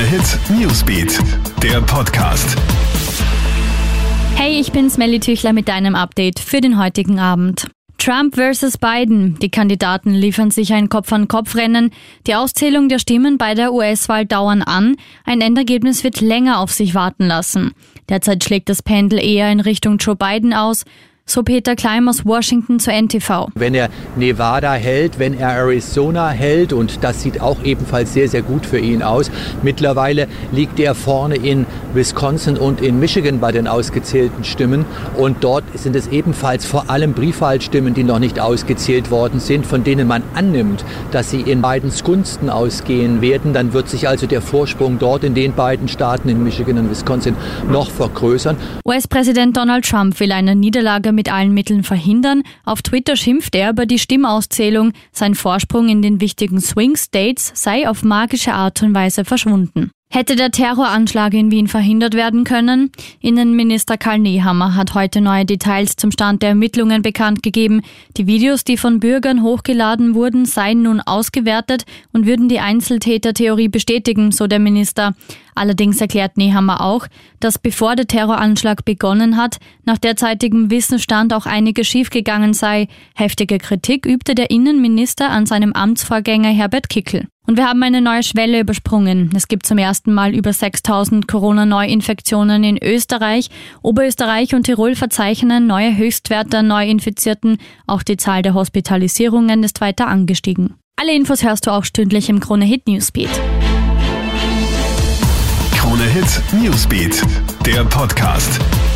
Hit Newsbeat, der Podcast. Hey, ich bin's Melly Tüchler mit deinem Update für den heutigen Abend. Trump vs. Biden. Die Kandidaten liefern sich ein Kopf-an-Kopf-Rennen. Die Auszählung der Stimmen bei der US-Wahl dauern an. Ein Endergebnis wird länger auf sich warten lassen. Derzeit schlägt das Pendel eher in Richtung Joe Biden aus. So Peter Kleim aus Washington zur NTV. Wenn er Nevada hält, wenn er Arizona hält, und das sieht auch ebenfalls sehr, sehr gut für ihn aus. Mittlerweile liegt er vorne in Wisconsin und in Michigan bei den ausgezählten Stimmen. Und dort sind es ebenfalls vor allem Briefwahlstimmen, die noch nicht ausgezählt worden sind, von denen man annimmt, dass sie in Bidens Gunsten ausgehen werden. Dann wird sich also der Vorsprung dort in den beiden Staaten, in Michigan und Wisconsin, noch vergrößern. US-Präsident Donald Trump will eine Niederlage mit allen Mitteln verhindern. Auf Twitter schimpft er über die Stimmauszählung. Sein Vorsprung in den wichtigen Swing States sei auf magische Art und Weise verschwunden. Hätte der Terroranschlag in Wien verhindert werden können? Innenminister Karl Nehammer hat heute neue Details zum Stand der Ermittlungen bekannt gegeben. Die Videos, die von Bürgern hochgeladen wurden, seien nun ausgewertet und würden die Einzeltätertheorie bestätigen, so der Minister. Allerdings erklärt Nehammer auch, dass bevor der Terroranschlag begonnen hat, nach derzeitigem Wissensstand auch einiges schiefgegangen sei. Heftige Kritik übte der Innenminister an seinem Amtsvorgänger Herbert Kickl. Und wir haben eine neue Schwelle übersprungen. Es gibt zum ersten Mal über 6.000 Corona-Neuinfektionen in Österreich. Oberösterreich und Tirol verzeichnen neue Höchstwerte an Neuinfizierten. Auch die Zahl der Hospitalisierungen ist weiter angestiegen. Alle Infos hörst du auch stündlich im Krone Hit Newsbeat. Krone Hit Newsbeat, der Podcast.